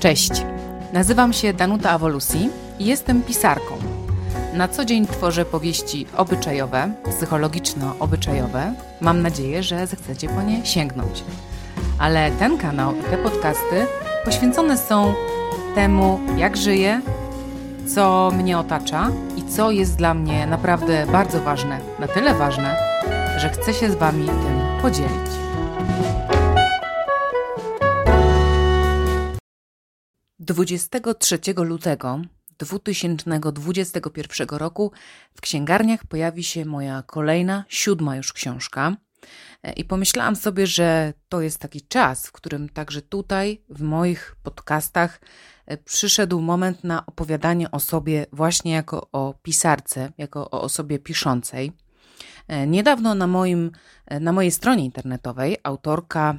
Cześć, nazywam się Danuta Awolusi i jestem pisarką. Na co dzień tworzę powieści obyczajowe, psychologiczno-obyczajowe. Mam nadzieję, że zechcecie po nie sięgnąć. Ale ten kanał i te podcasty poświęcone są temu, jak żyję, co mnie otacza i co jest dla mnie naprawdę bardzo ważne. Na tyle ważne, że chcę się z Wami tym podzielić. Dwudziestego 3 lutego 2021 roku w księgarniach pojawi się moja kolejna, 7. już książka. I pomyślałam sobie, że to jest taki czas, w którym także tutaj w moich podcastach przyszedł moment na opowiadanie o sobie właśnie jako o pisarce, jako o osobie piszącej. Niedawno na mojej stronie internetowej autorka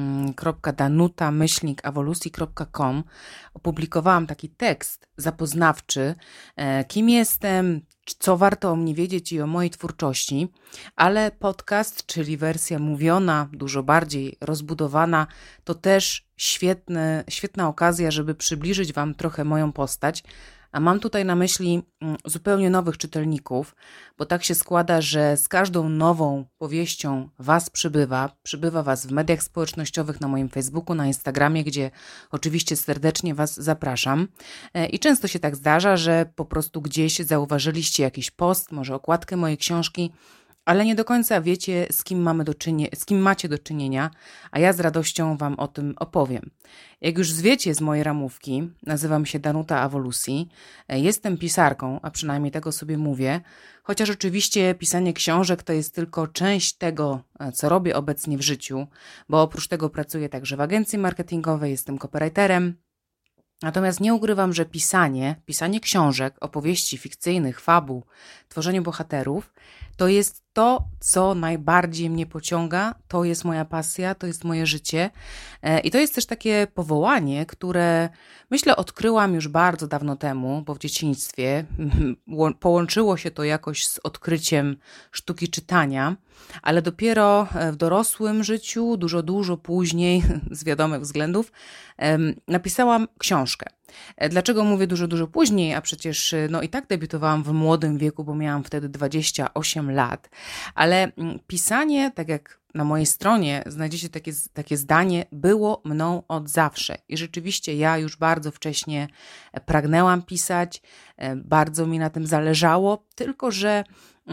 .danuta-awolusi.com opublikowałam taki tekst zapoznawczy, kim jestem, co warto o mnie wiedzieć i o mojej twórczości, ale podcast, czyli wersja mówiona, dużo bardziej rozbudowana, to też świetna okazja, żeby przybliżyć Wam trochę moją postać. A mam tutaj na myśli zupełnie nowych czytelników, bo tak się składa, że z każdą nową powieścią Was przybywa Was w mediach społecznościowych, na moim Facebooku, na Instagramie, gdzie oczywiście serdecznie Was zapraszam. I często się tak zdarza, że po prostu gdzieś zauważyliście jakiś post, może okładkę mojej książki, ale nie do końca wiecie, z kim macie do czynienia, a ja z radością Wam o tym opowiem. Jak już wiecie z mojej ramówki, nazywam się Danuta Awolusi, jestem pisarką, a przynajmniej tego sobie mówię, chociaż oczywiście pisanie książek to jest tylko część tego, co robię obecnie w życiu, bo oprócz tego pracuję także w agencji marketingowej, jestem copywriterem. Natomiast nie ukrywam, że pisanie książek, opowieści fikcyjnych, fabuł, tworzenie bohaterów, to jest to, co najbardziej mnie pociąga, to jest moja pasja, to jest moje życie i to jest też takie powołanie, które myślę odkryłam już bardzo dawno temu, bo w dzieciństwie połączyło się to jakoś z odkryciem sztuki czytania, ale dopiero w dorosłym życiu, dużo później, z wiadomych względów, napisałam książkę. Dlaczego mówię dużo później, a przecież i tak debiutowałam w młodym wieku, bo miałam wtedy 28 lat, ale pisanie, tak jak na mojej stronie znajdziecie takie zdanie, było mną od zawsze i rzeczywiście ja już bardzo wcześnie pragnęłam pisać, bardzo mi na tym zależało, tylko że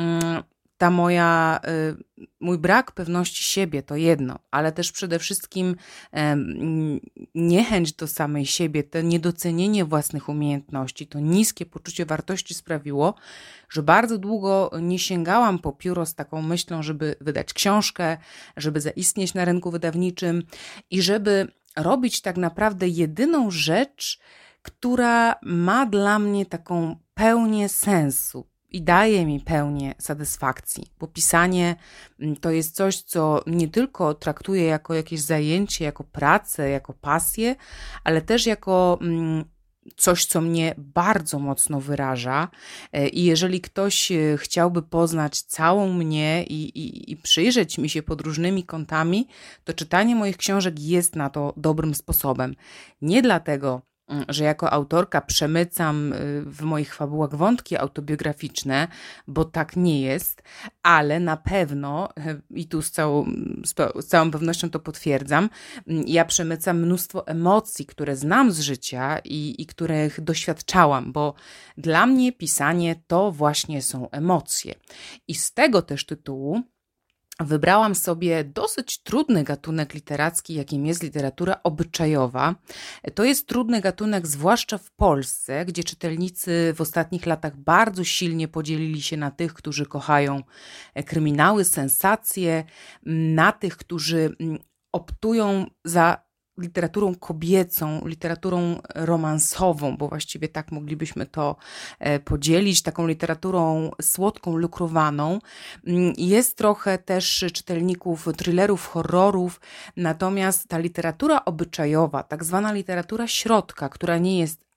mój brak pewności siebie to jedno, ale też przede wszystkim niechęć do samej siebie, to niedocenienie własnych umiejętności, to niskie poczucie wartości sprawiło, że bardzo długo nie sięgałam po pióro z taką myślą, żeby wydać książkę, żeby zaistnieć na rynku wydawniczym i żeby robić tak naprawdę jedyną rzecz, która ma dla mnie taką pełnię sensu. I daje mi pełnię satysfakcji, bo pisanie to jest coś, co nie tylko traktuję jako jakieś zajęcie, jako pracę, jako pasję, ale też jako coś, co mnie bardzo mocno wyraża i jeżeli ktoś chciałby poznać całą mnie i przyjrzeć mi się pod różnymi kątami, to czytanie moich książek jest na to dobrym sposobem. Nie dlatego, że jako autorka przemycam w moich fabułach wątki autobiograficzne, bo tak nie jest, ale na pewno, i tu z całą pewnością to potwierdzam, ja przemycam mnóstwo emocji, które znam z życia i których doświadczałam, bo dla mnie pisanie to właśnie są emocje. I z tego też tytułu wybrałam sobie dosyć trudny gatunek literacki, jakim jest literatura obyczajowa. To jest trudny gatunek, zwłaszcza w Polsce, gdzie czytelnicy w ostatnich latach bardzo silnie podzielili się na tych, którzy kochają kryminały, sensacje, na tych, którzy optują za literaturą kobiecą, literaturą romansową, bo właściwie tak moglibyśmy to podzielić, taką literaturą słodką, lukrowaną. Jest trochę też czytelników thrillerów, horrorów, natomiast ta literatura obyczajowa, tak zwana literatura środka, która nie jest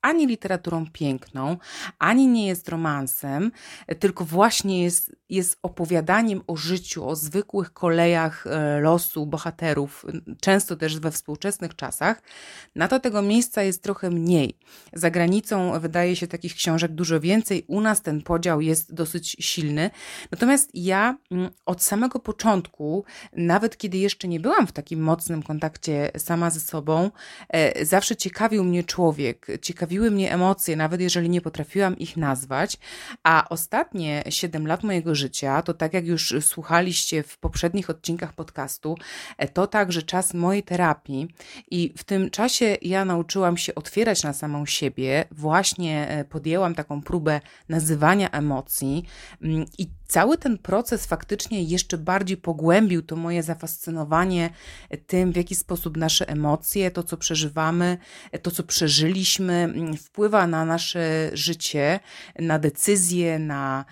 ani literaturą piękną, ani nie jest romansem, tylko właśnie jest opowiadaniem o życiu, o zwykłych kolejach losu bohaterów, często też we współczesnych czasach, no to tego miejsca jest trochę mniej. Za granicą wydaje się takich książek dużo więcej, u nas ten podział jest dosyć silny. Natomiast ja od samego początku, nawet kiedy jeszcze nie byłam w takim mocnym kontakcie sama ze sobą, zawsze ciekawił mnie człowiek, ciekawiły mnie emocje, nawet jeżeli nie potrafiłam ich nazwać, a ostatnie 7 lat mojego życia, to tak jak już słuchaliście w poprzednich odcinkach podcastu, to także czas mojej terapii i w tym czasie ja nauczyłam się otwierać na samą siebie, właśnie podjęłam taką próbę nazywania emocji i cały ten proces faktycznie jeszcze bardziej pogłębił to moje zafascynowanie tym, w jaki sposób nasze emocje, to co przeżywamy, to co przeżyliśmy, wpływa na nasze życie, na decyzje, na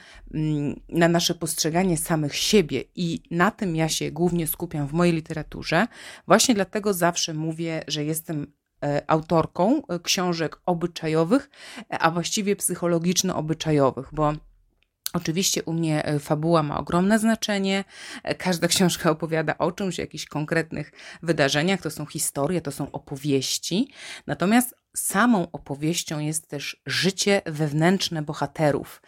nasze postrzeganie samych siebie i na tym ja się głównie skupiam w mojej literaturze. Właśnie dlatego zawsze mówię, że jestem autorką książek obyczajowych, a właściwie psychologiczno-obyczajowych, bo oczywiście u mnie fabuła ma ogromne znaczenie, każda książka opowiada o czymś, o jakichś konkretnych wydarzeniach, to są historie, to są opowieści, natomiast samą opowieścią jest też życie wewnętrzne bohaterów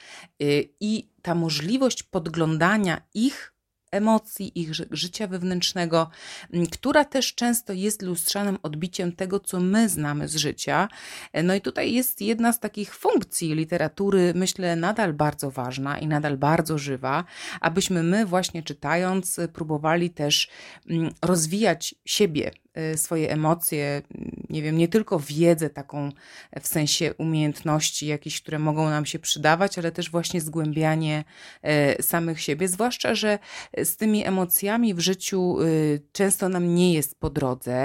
i ta możliwość podglądania ich emocji, ich życia wewnętrznego, która też często jest lustrzanym odbiciem tego, co my znamy z życia. No i tutaj jest jedna z takich funkcji literatury, myślę, nadal bardzo ważna i nadal bardzo żywa, abyśmy my właśnie czytając próbowali też rozwijać siebie, swoje emocje, nie wiem, nie tylko wiedzę taką w sensie umiejętności jakieś, które mogą nam się przydawać, ale też właśnie zgłębianie samych siebie, zwłaszcza, że z tymi emocjami w życiu często nam nie jest po drodze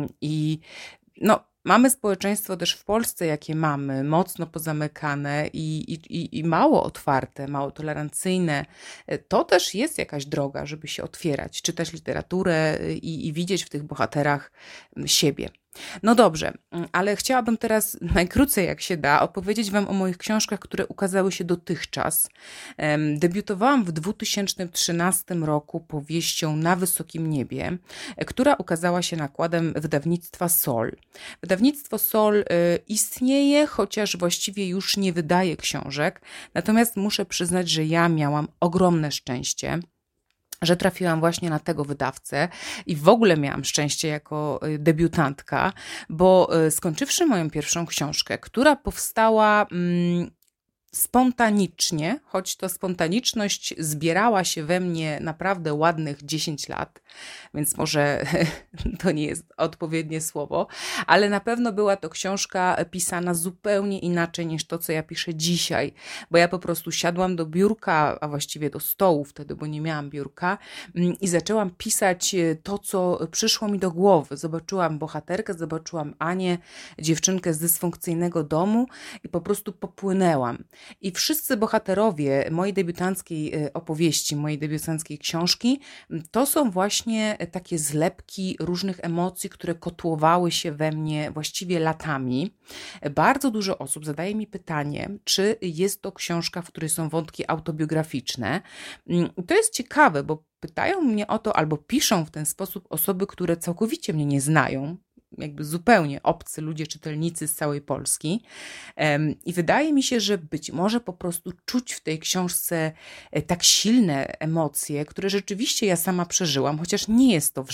i no, mamy społeczeństwo też w Polsce, jakie mamy, mocno pozamykane i mało otwarte, mało tolerancyjne. To też jest jakaś droga, żeby się otwierać, czytać literaturę i widzieć w tych bohaterach siebie. No dobrze, ale chciałabym teraz najkrócej jak się da opowiedzieć Wam o moich książkach, które ukazały się dotychczas. Debiutowałam w 2013 roku powieścią Na wysokim niebie, która ukazała się nakładem wydawnictwa Sol. Wydawnictwo Sol istnieje, chociaż właściwie już nie wydaje książek, natomiast muszę przyznać, że ja miałam ogromne szczęście, że trafiłam właśnie na tego wydawcę i w ogóle miałam szczęście jako debiutantka, bo skończywszy moją pierwszą książkę, która powstała spontanicznie, choć to spontaniczność zbierała się we mnie naprawdę ładnych 10 lat, więc może to nie jest odpowiednie słowo, ale na pewno była to książka pisana zupełnie inaczej niż to, co ja piszę dzisiaj, bo ja po prostu siadłam do biurka, a właściwie do stołu wtedy, bo nie miałam biurka i zaczęłam pisać to, co przyszło mi do głowy. Zobaczyłam bohaterkę, zobaczyłam Anię, dziewczynkę z dysfunkcyjnego domu i po prostu popłynęłam. I wszyscy bohaterowie mojej debiutanckiej opowieści, mojej debiutanckiej książki, to są właśnie takie zlepki różnych emocji, które kotłowały się we mnie właściwie latami. Bardzo dużo osób zadaje mi pytanie, czy jest to książka, w której są wątki autobiograficzne. To jest ciekawe, bo pytają mnie o to albo piszą w ten sposób osoby, które całkowicie mnie nie znają, jakby zupełnie obcy ludzie, czytelnicy z całej Polski. I wydaje mi się, że być może po prostu czuć w tej książce tak silne emocje, które rzeczywiście ja sama przeżyłam, chociaż nie jest to w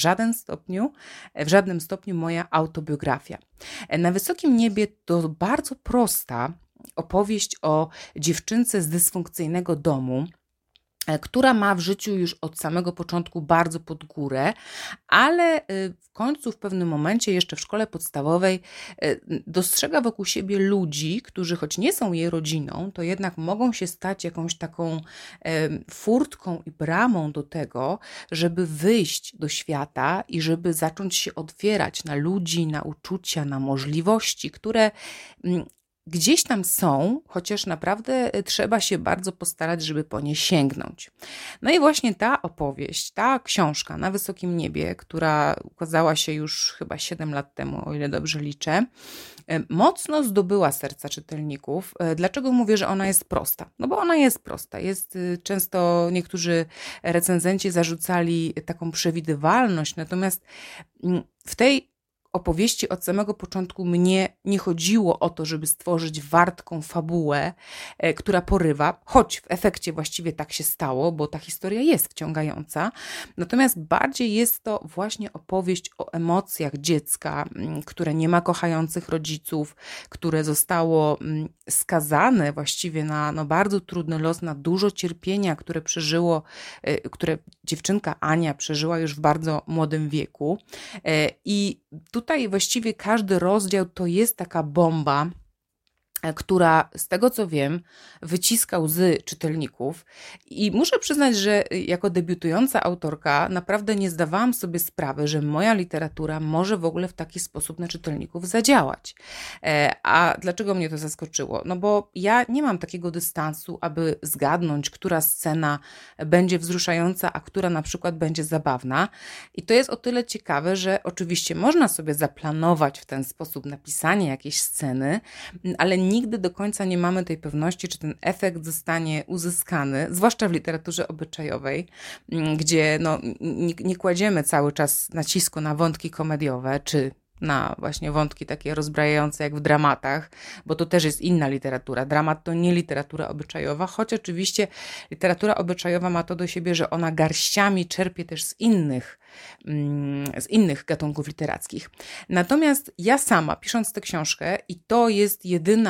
żadnym stopniu moja autobiografia. Na wysokim niebie to bardzo prosta opowieść o dziewczynce z dysfunkcyjnego domu, która ma w życiu już od samego początku bardzo pod górę, ale w końcu w pewnym momencie, jeszcze w szkole podstawowej, dostrzega wokół siebie ludzi, którzy choć nie są jej rodziną, to jednak mogą się stać jakąś taką furtką i bramą do tego, żeby wyjść do świata i żeby zacząć się otwierać na ludzi, na uczucia, na możliwości, które gdzieś tam są, chociaż naprawdę trzeba się bardzo postarać, żeby po nie sięgnąć. No i właśnie ta opowieść, ta książka Na wysokim niebie, która ukazała się już chyba 7 lat temu, o ile dobrze liczę, mocno zdobyła serca czytelników. Dlaczego mówię, że ona jest prosta? No bo ona jest prosta. Często niektórzy recenzenci zarzucali taką przewidywalność, natomiast w tej opowieści od samego początku mnie nie chodziło o to, żeby stworzyć wartką fabułę, która porywa, choć w efekcie właściwie tak się stało, bo ta historia jest wciągająca. Natomiast bardziej jest to właśnie opowieść o emocjach dziecka, które nie ma kochających rodziców, które zostało skazane właściwie na bardzo trudny los, na dużo cierpienia, które dziewczynka Ania przeżyła już w bardzo młodym wieku. I tutaj właściwie każdy rozdział to jest taka bomba, która z tego co wiem wyciska łzy czytelników i muszę przyznać, że jako debiutująca autorka naprawdę nie zdawałam sobie sprawy, że moja literatura może w ogóle w taki sposób na czytelników zadziałać. A dlaczego mnie to zaskoczyło? No bo ja nie mam takiego dystansu, aby zgadnąć, która scena będzie wzruszająca, a która na przykład będzie zabawna. I to jest o tyle ciekawe, że oczywiście można sobie zaplanować w ten sposób napisanie jakiejś sceny, ale nigdy do końca nie mamy tej pewności, czy ten efekt zostanie uzyskany, zwłaszcza w literaturze obyczajowej, gdzie nie kładziemy cały czas nacisku na wątki komediowe, czy na właśnie wątki takie rozbrajające jak w dramatach, bo to też jest inna literatura. Dramat to nie literatura obyczajowa, choć oczywiście literatura obyczajowa ma to do siebie, że ona garściami czerpie też z innych gatunków literackich. Natomiast ja sama, pisząc tę książkę, i to jest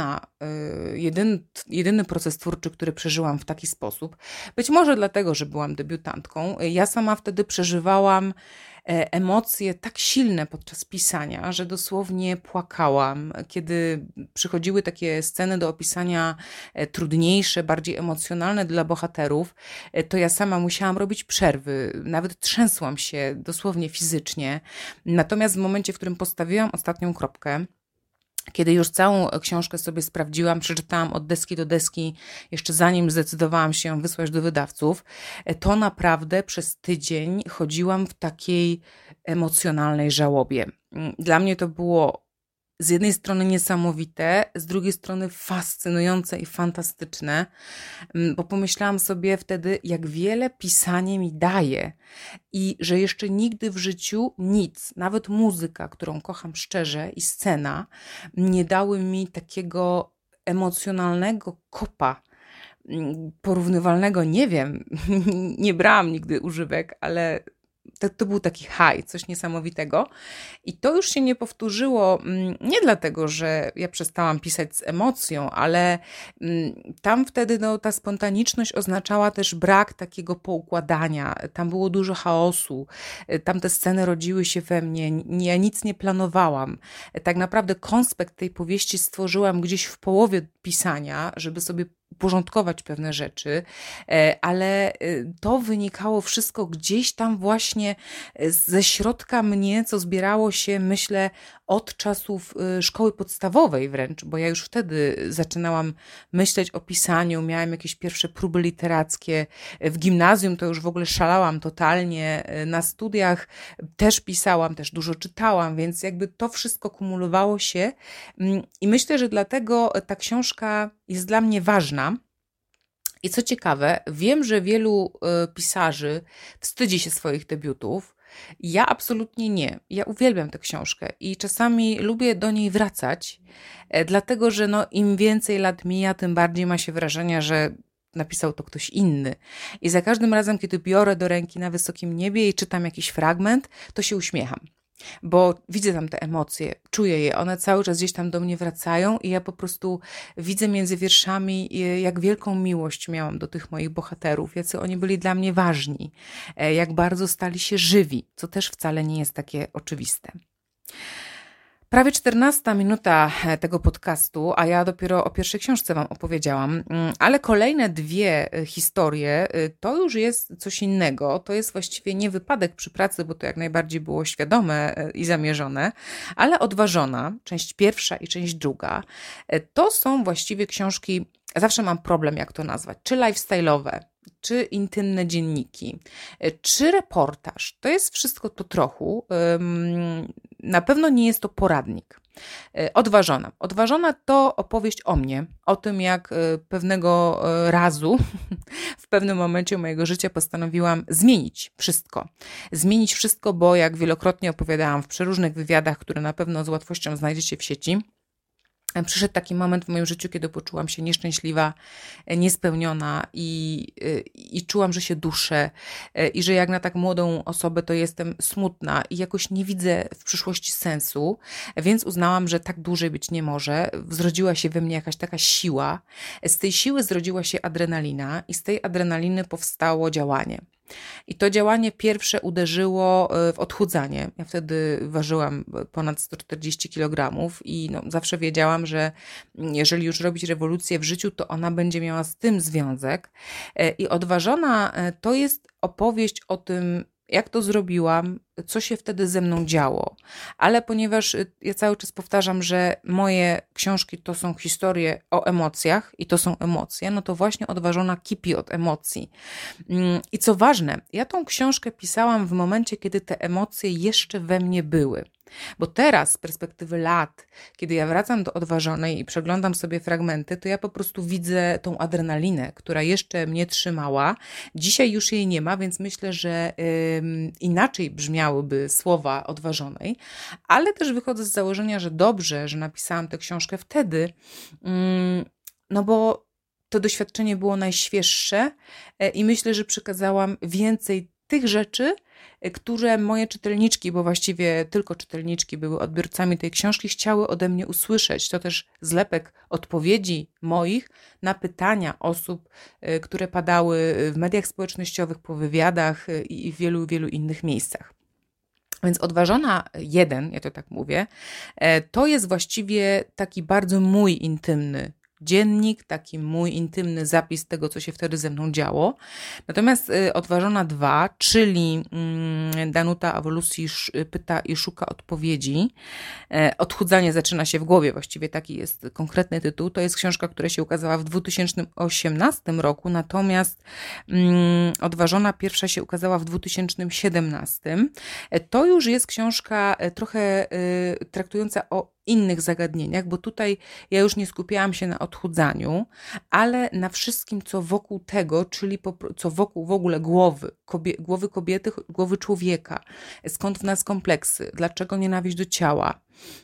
jedyny proces twórczy, który przeżyłam w taki sposób, być może dlatego, że byłam debiutantką, ja sama wtedy przeżywałam emocje tak silne podczas pisania, że dosłownie płakałam. Kiedy przychodziły takie sceny do opisania trudniejsze, bardziej emocjonalne dla bohaterów, to ja sama musiałam robić przerwy. Nawet trzęsłam się dosłownie fizycznie. Natomiast w momencie, w którym postawiłam ostatnią kropkę, kiedy już całą książkę sobie sprawdziłam, przeczytałam od deski do deski, jeszcze zanim zdecydowałam się ją wysłać do wydawców, to naprawdę przez tydzień chodziłam w takiej emocjonalnej żałobie. Dla mnie to było z jednej strony niesamowite, z drugiej strony fascynujące i fantastyczne, bo pomyślałam sobie wtedy, jak wiele pisanie mi daje i że jeszcze nigdy w życiu nic, nawet muzyka, którą kocham szczerze i scena, nie dały mi takiego emocjonalnego kopa, porównywalnego, nie wiem, nie brałam nigdy używek, ale to był taki high, coś niesamowitego. I to już się nie powtórzyło, nie dlatego, że ja przestałam pisać z emocją, ale tam wtedy ta spontaniczność oznaczała też brak takiego poukładania. Tam było dużo chaosu. Tam te sceny rodziły się we mnie. Ja nic nie planowałam. Tak naprawdę konspekt tej powieści stworzyłam gdzieś w połowie pisania, żeby sobie uporządkować pewne rzeczy, ale to wynikało wszystko gdzieś tam właśnie ze środka mnie, co zbierało się, myślę, od czasów szkoły podstawowej wręcz, bo ja już wtedy zaczynałam myśleć o pisaniu, miałam jakieś pierwsze próby literackie, w gimnazjum to już w ogóle szalałam totalnie, na studiach też pisałam, też dużo czytałam, więc jakby to wszystko kumulowało się i myślę, że dlatego ta książka jest dla mnie ważna. I co ciekawe, wiem, że wielu pisarzy wstydzi się swoich debiutów. Ja absolutnie nie. Ja uwielbiam tę książkę i czasami lubię do niej wracać, dlatego że im więcej lat mija, tym bardziej ma się wrażenie, że napisał to ktoś inny. I za każdym razem, kiedy biorę do ręki Na wysokim niebie i czytam jakiś fragment, to się uśmiecham. Bo widzę tam te emocje, czuję je, one cały czas gdzieś tam do mnie wracają i ja po prostu widzę między wierszami, jak wielką miłość miałam do tych moich bohaterów, jacy oni byli dla mnie ważni, jak bardzo stali się żywi, co też wcale nie jest takie oczywiste. Prawie 14 minuta tego podcastu, a ja dopiero o pierwszej książce Wam opowiedziałam, ale kolejne dwie historie to już jest coś innego. To jest właściwie nie wypadek przy pracy, bo to jak najbardziej było świadome i zamierzone, ale Odważona, część pierwsza i część druga, to są właściwie książki, zawsze mam problem jak to nazwać, czy lifestyle'owe, czy intymne dzienniki, czy reportaż. To jest wszystko po trochu. Na pewno nie jest to poradnik. Odważona. Odważona to opowieść o mnie, o tym jak pewnego razu, w pewnym momencie mojego życia postanowiłam zmienić wszystko. Zmienić wszystko, bo jak wielokrotnie opowiadałam w przeróżnych wywiadach, które na pewno z łatwością znajdziecie w sieci, przyszedł taki moment w moim życiu, kiedy poczułam się nieszczęśliwa, niespełniona i czułam, że się duszę i że jak na tak młodą osobę to jestem smutna i jakoś nie widzę w przyszłości sensu, więc uznałam, że tak dłużej być nie może. Zrodziła się we mnie jakaś taka siła. Z tej siły zrodziła się adrenalina i z tej adrenaliny powstało działanie. I to działanie pierwsze uderzyło w odchudzanie. Ja wtedy ważyłam ponad 140 kg i zawsze wiedziałam, że jeżeli już robić rewolucję w życiu, to ona będzie miała z tym związek. I Odważona to jest opowieść o tym, jak to zrobiłam, co się wtedy ze mną działo. Ale ponieważ ja cały czas powtarzam, że moje książki to są historie o emocjach i to są emocje, no to właśnie Odważona kipi od emocji. I co ważne, ja tą książkę pisałam w momencie, kiedy te emocje jeszcze we mnie były. Bo teraz z perspektywy lat, kiedy ja wracam do Odważonej i przeglądam sobie fragmenty, to ja po prostu widzę tą adrenalinę, która jeszcze mnie trzymała. Dzisiaj już jej nie ma, więc myślę, że inaczej brzmiałyby słowa Odważonej, ale też wychodzę z założenia, że dobrze, że napisałam tę książkę wtedy, no bo to doświadczenie było najświeższe i myślę, że przekazałam więcej tych rzeczy, które moje czytelniczki, bo właściwie tylko czytelniczki były odbiorcami tej książki, chciały ode mnie usłyszeć. To też zlepek odpowiedzi moich na pytania osób, które padały w mediach społecznościowych, po wywiadach i w wielu, wielu innych miejscach. Więc Odważona 1, ja to tak mówię, to jest właściwie taki bardzo mój intymny dziennik, taki mój intymny zapis tego, co się wtedy ze mną działo. Natomiast Odważona 2, czyli Danuta Awolucji pyta i szuka odpowiedzi. Odchudzanie zaczyna się w głowie, właściwie taki jest konkretny tytuł. To jest książka, która się ukazała w 2018 roku, natomiast Odważona pierwsza się ukazała w 2017. To już jest książka trochę traktująca o innych zagadnieniach, bo tutaj ja już nie skupiałam się na odchudzaniu, ale na wszystkim, co wokół tego, czyli co wokół w ogóle głowy kobiety, głowy człowieka. Skąd w nas kompleksy? Dlaczego nienawiść do ciała?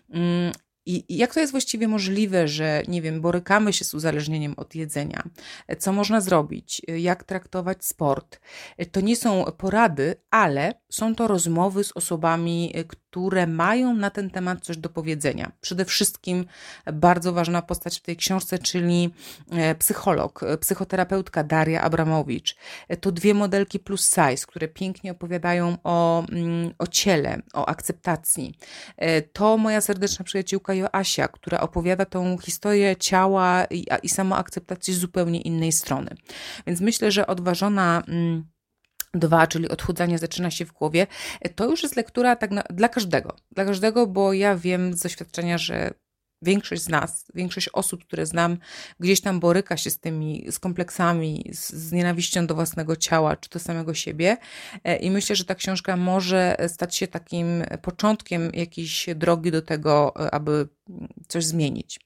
I jak to jest właściwie możliwe, że, nie wiem, borykamy się z uzależnieniem od jedzenia? Co można zrobić? Jak traktować sport? To nie są porady, ale są to rozmowy z osobami, które mają na ten temat coś do powiedzenia. Przede wszystkim bardzo ważna postać w tej książce, czyli psycholog, psychoterapeutka Daria Abramowicz. To dwie modelki plus size, które pięknie opowiadają o ciele, o akceptacji. To moja serdeczna przyjaciółka Joasia, która opowiada tą historię ciała i samoakceptacji z zupełnie innej strony. Więc myślę, że Odważona 2, czyli Odchudzanie zaczyna się w głowie, to już jest lektura dla każdego, bo ja wiem z doświadczenia, że większość z nas, większość osób, które znam, gdzieś tam boryka się z kompleksami, z nienawiścią do własnego ciała, czy do samego siebie i myślę, że ta książka może stać się takim początkiem jakiejś drogi do tego, aby coś zmienić.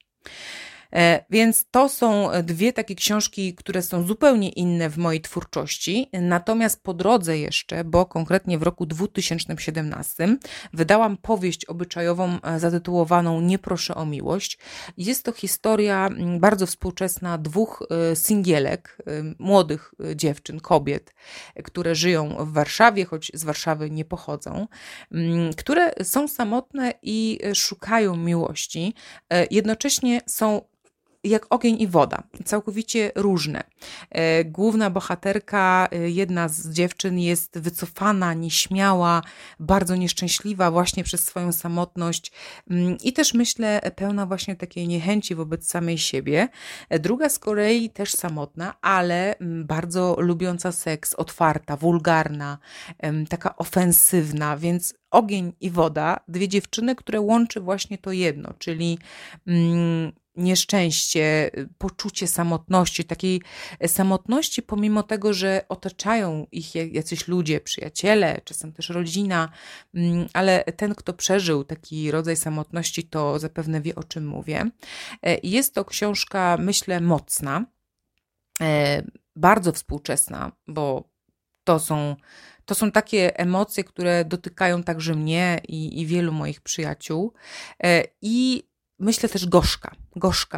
Więc to są dwie takie książki, które są zupełnie inne w mojej twórczości, natomiast po drodze jeszcze, bo konkretnie w roku 2017 wydałam powieść obyczajową zatytułowaną Nie proszę o miłość. Jest to historia bardzo współczesna dwóch singielek, młodych dziewczyn, kobiet, które żyją w Warszawie, choć z Warszawy nie pochodzą, które są samotne i szukają miłości, jednocześnie są jak ogień i woda, całkowicie różne. Główna bohaterka, jedna z dziewczyn jest wycofana, nieśmiała, bardzo nieszczęśliwa właśnie przez swoją samotność i też myślę pełna właśnie takiej niechęci wobec samej siebie. Druga z kolei też samotna, ale bardzo lubiąca seks, otwarta, wulgarna, taka ofensywna, więc ogień i woda, dwie dziewczyny, które łączy właśnie to jedno, czyli nieszczęście, poczucie samotności, takiej samotności pomimo tego, że otaczają ich jacyś ludzie, przyjaciele, czasem też rodzina, ale ten, kto przeżył taki rodzaj samotności, to zapewne wie, o czym mówię. Jest to książka, myślę, mocna, bardzo współczesna, bo to są takie emocje, które dotykają także mnie i wielu moich przyjaciół. I myślę też gorzka.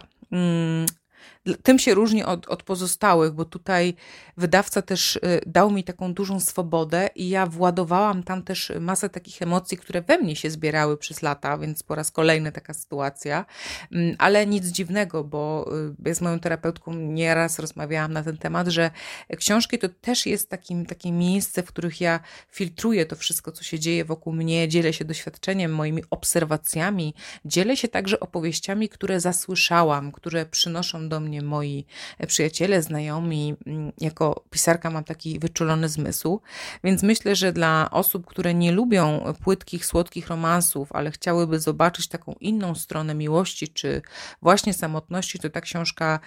Tym się różni od pozostałych, bo tutaj wydawca też dał mi taką dużą swobodę i ja władowałam tam też masę takich emocji, które we mnie się zbierały przez lata, więc po raz kolejny taka sytuacja, ale nic dziwnego, bo ja z moją terapeutką nieraz rozmawiałam na ten temat, że książki to też jest takie miejsce, w których ja filtruję to wszystko, co się dzieje wokół mnie, dzielę się doświadczeniem, moimi obserwacjami, dzielę się także opowieściami, które zasłyszałam, które przynoszą do mnie moi przyjaciele, znajomi. Jako pisarka mam taki wyczulony zmysł, więc myślę, że dla osób, które nie lubią płytkich, słodkich romansów, ale chciałyby zobaczyć taką inną stronę miłości, czy właśnie samotności, to ta książka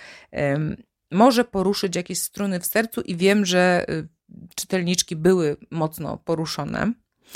może poruszyć jakieś struny w sercu i wiem, że czytelniczki były mocno poruszone.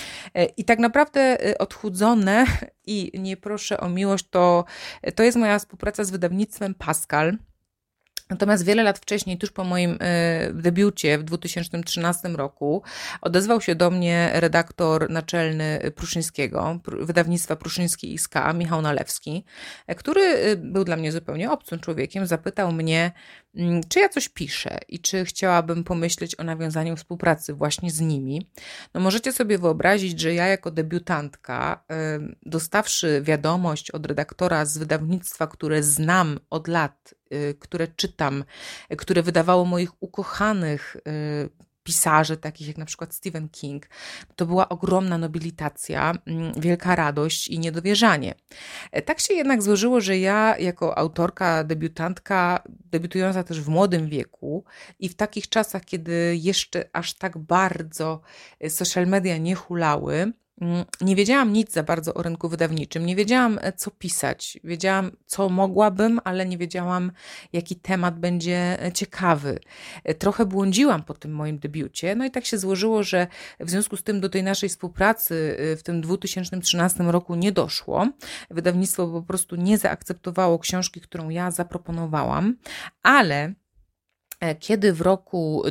I tak naprawdę Odchudzone i Nie proszę o miłość to jest moja współpraca z wydawnictwem Pascal. Natomiast wiele lat wcześniej, tuż po moim debiucie w 2013 roku, odezwał się do mnie redaktor naczelny Pruszyńskiego, wydawnictwa Pruszyński S.K., Michał Nalewski, który był dla mnie zupełnie obcym człowiekiem. Zapytał mnie, czy ja coś piszę i czy chciałabym pomyśleć o nawiązaniu współpracy właśnie z nimi. No możecie sobie wyobrazić, że ja jako debiutantka, dostawszy wiadomość od redaktora z wydawnictwa, które znam od lat, które czytam, które wydawało moich ukochanych pisarzy, takich jak na przykład Stephen King, to była ogromna nobilitacja, wielka radość i niedowierzanie. Tak się jednak złożyło, że ja jako autorka, debiutantka, debiutująca też w młodym wieku i w takich czasach, kiedy jeszcze aż tak bardzo social media nie hulały, nie wiedziałam nic za bardzo o rynku wydawniczym, nie wiedziałam, co pisać. Wiedziałam, co mogłabym, ale nie wiedziałam, jaki temat będzie ciekawy. Trochę błądziłam po tym moim debiucie, no i tak się złożyło, że w związku z tym do tej naszej współpracy w tym 2013 roku nie doszło. Wydawnictwo po prostu nie zaakceptowało książki, którą ja zaproponowałam, ale kiedy w roku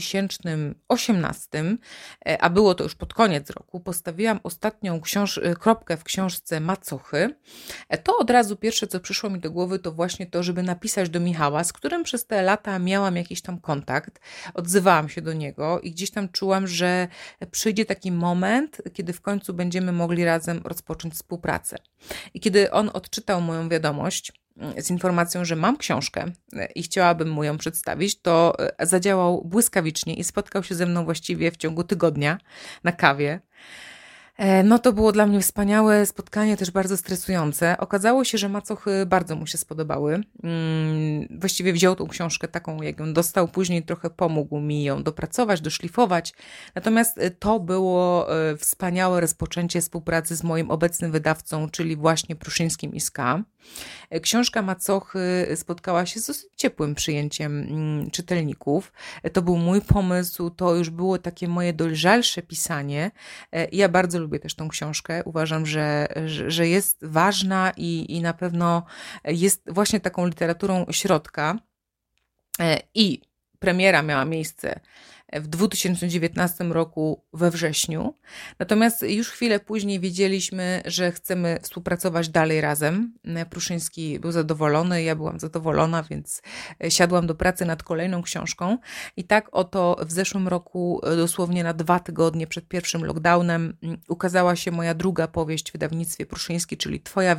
2018, a było to już pod koniec roku, postawiłam ostatnią kropkę w książce Macochy, to od razu pierwsze, co przyszło mi do głowy, to właśnie to, żeby napisać do Michała, z którym przez te lata miałam jakiś tam kontakt, odzywałam się do niego i gdzieś tam czułam, że przyjdzie taki moment, kiedy w końcu będziemy mogli razem rozpocząć współpracę. I kiedy on odczytał moją wiadomość z informacją, że mam książkę i chciałabym mu ją przedstawić, to zadziałał błyskawicznie i spotkał się ze mną właściwie w ciągu tygodnia na kawie. No to było dla mnie wspaniałe spotkanie, też bardzo stresujące. Okazało się, że Macochy bardzo mu się spodobały. Właściwie wziął tą książkę taką, jak ją dostał, później trochę pomógł mi ją dopracować, doszlifować. Natomiast to było wspaniałe rozpoczęcie współpracy z moim obecnym wydawcą, czyli właśnie Pruszyńskim S.K. Książka Macochy spotkała się z dosyć ciepłym przyjęciem czytelników. To był mój pomysł, to już było takie moje dojrzalsze pisanie. Ja bardzo lubię też tą książkę. Uważam, że jest ważna i na pewno jest właśnie taką literaturą środka. I premiera miała miejsce w 2019 roku we wrześniu. Natomiast już chwilę później wiedzieliśmy, że chcemy współpracować dalej razem. Pruszyński był zadowolony, ja byłam zadowolona, więc siadłam do pracy nad kolejną książką. I tak oto w zeszłym roku, dosłownie na 2 tygodnie przed pierwszym lockdownem, ukazała się moja druga powieść w wydawnictwie Pruszyński, czyli Twoja wina.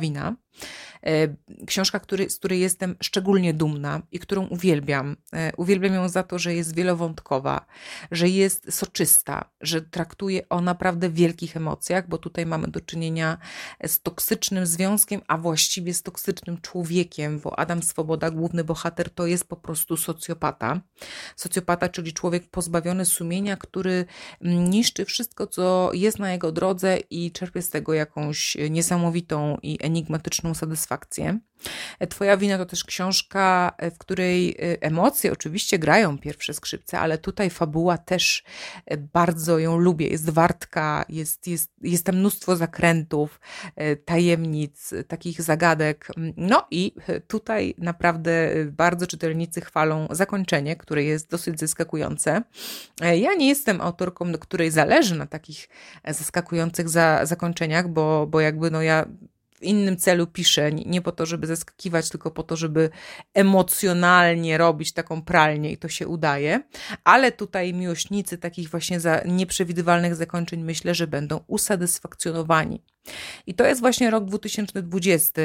Książka, z której jestem szczególnie dumna i którą uwielbiam. Uwielbiam ją za to, że jest wielowątkowa, że jest soczysta, że traktuje o naprawdę wielkich emocjach, bo tutaj mamy do czynienia z toksycznym związkiem, a właściwie z toksycznym człowiekiem, bo Adam Swoboda, główny bohater, to jest po prostu socjopata. Socjopata, czyli człowiek pozbawiony sumienia, który niszczy wszystko, co jest na jego drodze i czerpie z tego jakąś niesamowitą i enigmatyczną satysfakcję. Twoja wina to też książka, w której emocje oczywiście grają pierwsze skrzypce, ale tutaj fabuła też bardzo ją lubię. Jest wartka, jest tam mnóstwo zakrętów, tajemnic, takich zagadek. No i tutaj naprawdę bardzo czytelnicy chwalą zakończenie, które jest dosyć zaskakujące. Ja nie jestem autorką, której zależy na takich zaskakujących zakończeniach, bo jakby ja w innym celu piszę, nie po to, żeby zaskakiwać, tylko po to, żeby emocjonalnie robić taką pralnię i to się udaje, ale tutaj miłośnicy takich właśnie nieprzewidywalnych zakończeń myślę, że będą usatysfakcjonowani. I to jest właśnie rok 2020,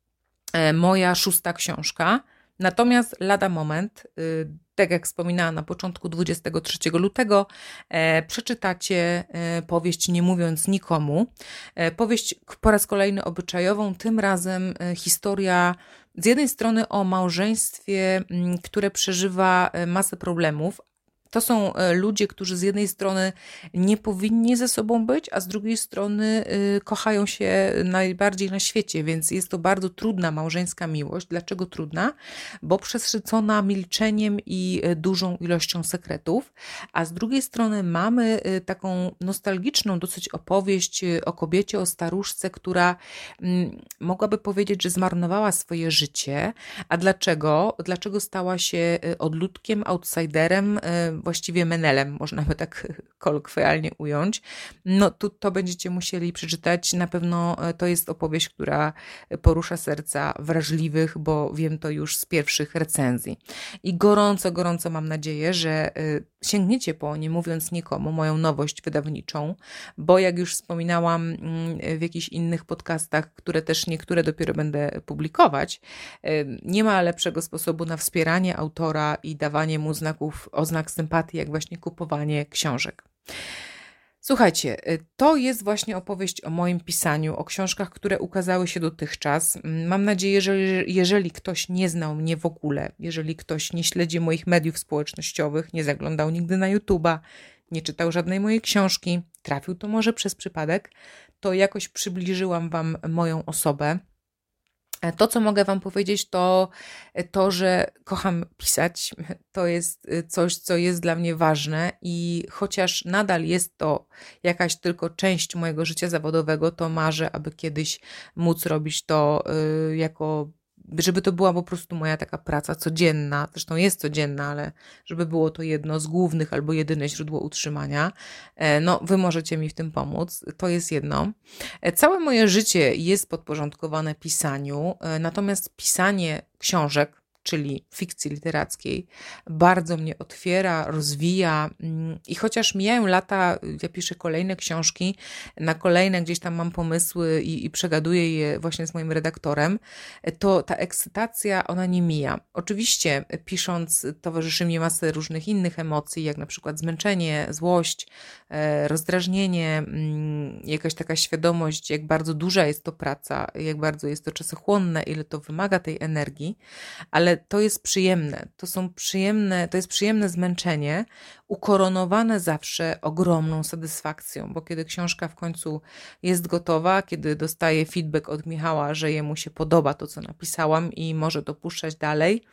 moja 6. książka. Natomiast lada moment, tak jak wspominałam na początku, 23 lutego przeczytacie powieść Nie mówiąc nikomu. Powieść po raz kolejny obyczajową, tym razem historia z jednej strony o małżeństwie, które przeżywa masę problemów. To są ludzie, którzy z jednej strony nie powinni ze sobą być, a z drugiej strony kochają się najbardziej na świecie, więc jest to bardzo trudna małżeńska miłość. Dlaczego trudna? Bo przesycona milczeniem i dużą ilością sekretów, a z drugiej strony mamy taką nostalgiczną dosyć opowieść o kobiecie, o staruszce, która mogłaby powiedzieć, że zmarnowała swoje życie. A dlaczego? Dlaczego stała się odludkiem, outsiderem, właściwie menelem, można by tak kolokwialnie ująć. No to będziecie musieli przeczytać. Na pewno to jest opowieść, która porusza serca wrażliwych, bo wiem to już z pierwszych recenzji. I gorąco mam nadzieję, że sięgniecie po Nie mówiąc nikomu, moją nowość wydawniczą, bo jak już wspominałam w jakichś innych podcastach, które też niektóre dopiero będę publikować, nie ma lepszego sposobu na wspieranie autora i dawanie mu oznak sympatii, jak właśnie kupowanie książek. Słuchajcie, to jest właśnie opowieść o moim pisaniu, o książkach, które ukazały się dotychczas. Mam nadzieję, że jeżeli ktoś nie znał mnie w ogóle, jeżeli ktoś nie śledzi moich mediów społecznościowych, nie zaglądał nigdy na YouTube'a, nie czytał żadnej mojej książki, trafił to może przez przypadek, to jakoś przybliżyłam Wam moją osobę. To, co mogę Wam powiedzieć, to, że kocham pisać. To jest coś, co jest dla mnie ważne i chociaż nadal jest to jakaś tylko część mojego życia zawodowego, to marzę, aby kiedyś móc robić to żeby to była po prostu moja taka praca codzienna, zresztą jest codzienna, ale żeby było to jedno z głównych albo jedyne źródło utrzymania. No, Wy możecie mi w tym pomóc, to jest jedno. Całe moje życie jest podporządkowane pisaniu, natomiast pisanie książek, czyli fikcji literackiej, bardzo mnie otwiera, rozwija i chociaż mijają lata, ja piszę kolejne książki, na kolejne gdzieś tam mam pomysły i przegaduję je właśnie z moim redaktorem, to ta ekscytacja, ona nie mija. Oczywiście pisząc towarzyszy mi masę różnych innych emocji, jak na przykład zmęczenie, złość, rozdrażnienie, jakaś taka świadomość, jak bardzo duża jest to praca, jak bardzo jest to czasochłonne, ile to wymaga tej energii, ale to jest przyjemne, to jest przyjemne zmęczenie, ukoronowane zawsze ogromną satysfakcją, bo kiedy książka w końcu jest gotowa, kiedy dostaję feedback od Michała, że jemu się podoba to, co napisałam i może to puszczać dalej,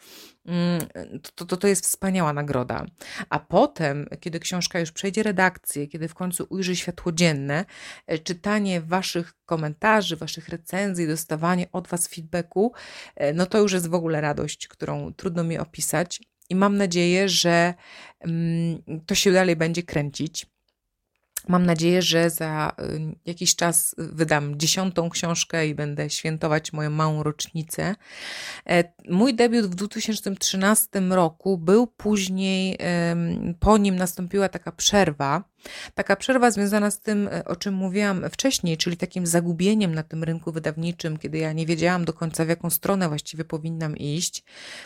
to jest wspaniała nagroda. A potem, kiedy książka już przejdzie redakcję, kiedy w końcu ujrzy światło dzienne, czytanie Waszych komentarzy, Waszych recenzji, dostawanie od Was feedbacku, no to już jest w ogóle radość, którą trudno mi opisać i mam nadzieję, że to się dalej będzie kręcić. Mam nadzieję, że za jakiś czas wydam 10. książkę i będę świętować moją małą rocznicę. Mój debiut w 2013 roku był później, po nim nastąpiła taka przerwa. Taka przerwa związana z tym, o czym mówiłam wcześniej, czyli takim zagubieniem na tym rynku wydawniczym, kiedy ja nie wiedziałam do końca, w jaką stronę właściwie powinnam iść.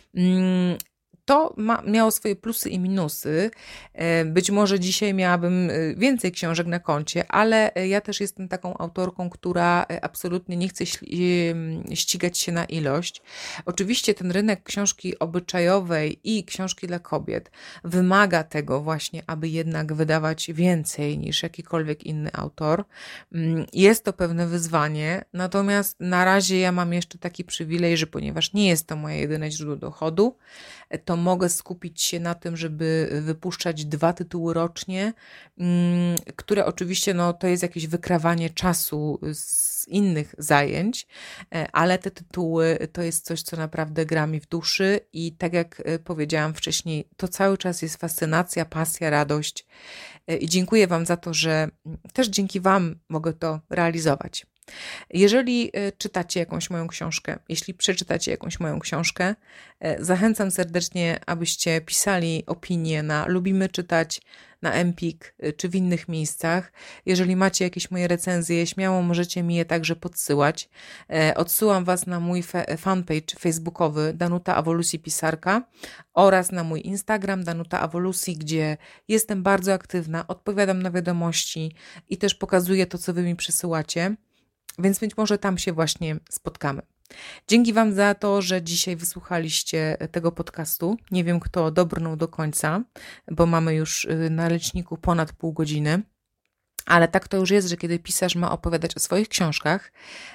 To miało swoje plusy i minusy. Być może dzisiaj miałabym więcej książek na koncie, ale ja też jestem taką autorką, która absolutnie nie chce ścigać się na ilość. Oczywiście ten rynek książki obyczajowej i książki dla kobiet wymaga tego właśnie, aby jednak wydawać więcej niż jakikolwiek inny autor. Jest to pewne wyzwanie, natomiast na razie ja mam jeszcze taki przywilej, że ponieważ nie jest to moje jedyne źródło dochodu, to mogę skupić się na tym, żeby wypuszczać 2 tytuły rocznie, które oczywiście to jest jakieś wykrawanie czasu z innych zajęć, ale te tytuły to jest coś, co naprawdę gra mi w duszy i tak jak powiedziałam wcześniej, to cały czas jest fascynacja, pasja, radość i dziękuję Wam za to, że też dzięki Wam mogę to realizować. Jeżeli czytacie jakąś moją książkę, jeśli przeczytacie jakąś moją książkę, zachęcam serdecznie, abyście pisali opinie na Lubimy Czytać, na Empik czy w innych miejscach. Jeżeli macie jakieś moje recenzje, śmiało możecie mi je także podsyłać. Odsyłam Was na mój fanpage facebookowy Danuta Awolusi Pisarka oraz na mój Instagram Danuta Awolusi, gdzie jestem bardzo aktywna, odpowiadam na wiadomości i też pokazuję to, co Wy mi przysyłacie. Więc być może tam się właśnie spotkamy. Dzięki Wam za to, że dzisiaj wysłuchaliście tego podcastu. Nie wiem, kto dobrnął do końca, bo mamy już na liczniku ponad pół godziny. Ale tak to już jest, że kiedy pisarz ma opowiadać o swoich książkach,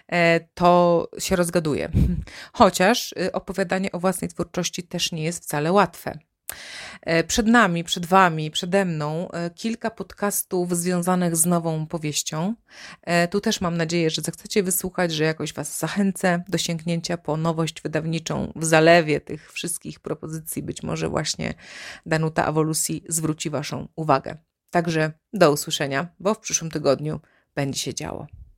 to się rozgaduje. Chociaż opowiadanie o własnej twórczości też nie jest wcale łatwe. Przed nami, przed Wami, przede mną kilka podcastów związanych z nową powieścią. Tu też mam nadzieję, że zechcecie wysłuchać, że jakoś Was zachęcę do sięgnięcia po nowość wydawniczą w zalewie tych wszystkich propozycji. Być może właśnie Danuta Awolusi zwróci Waszą uwagę. Także do usłyszenia, bo w przyszłym tygodniu będzie się działo.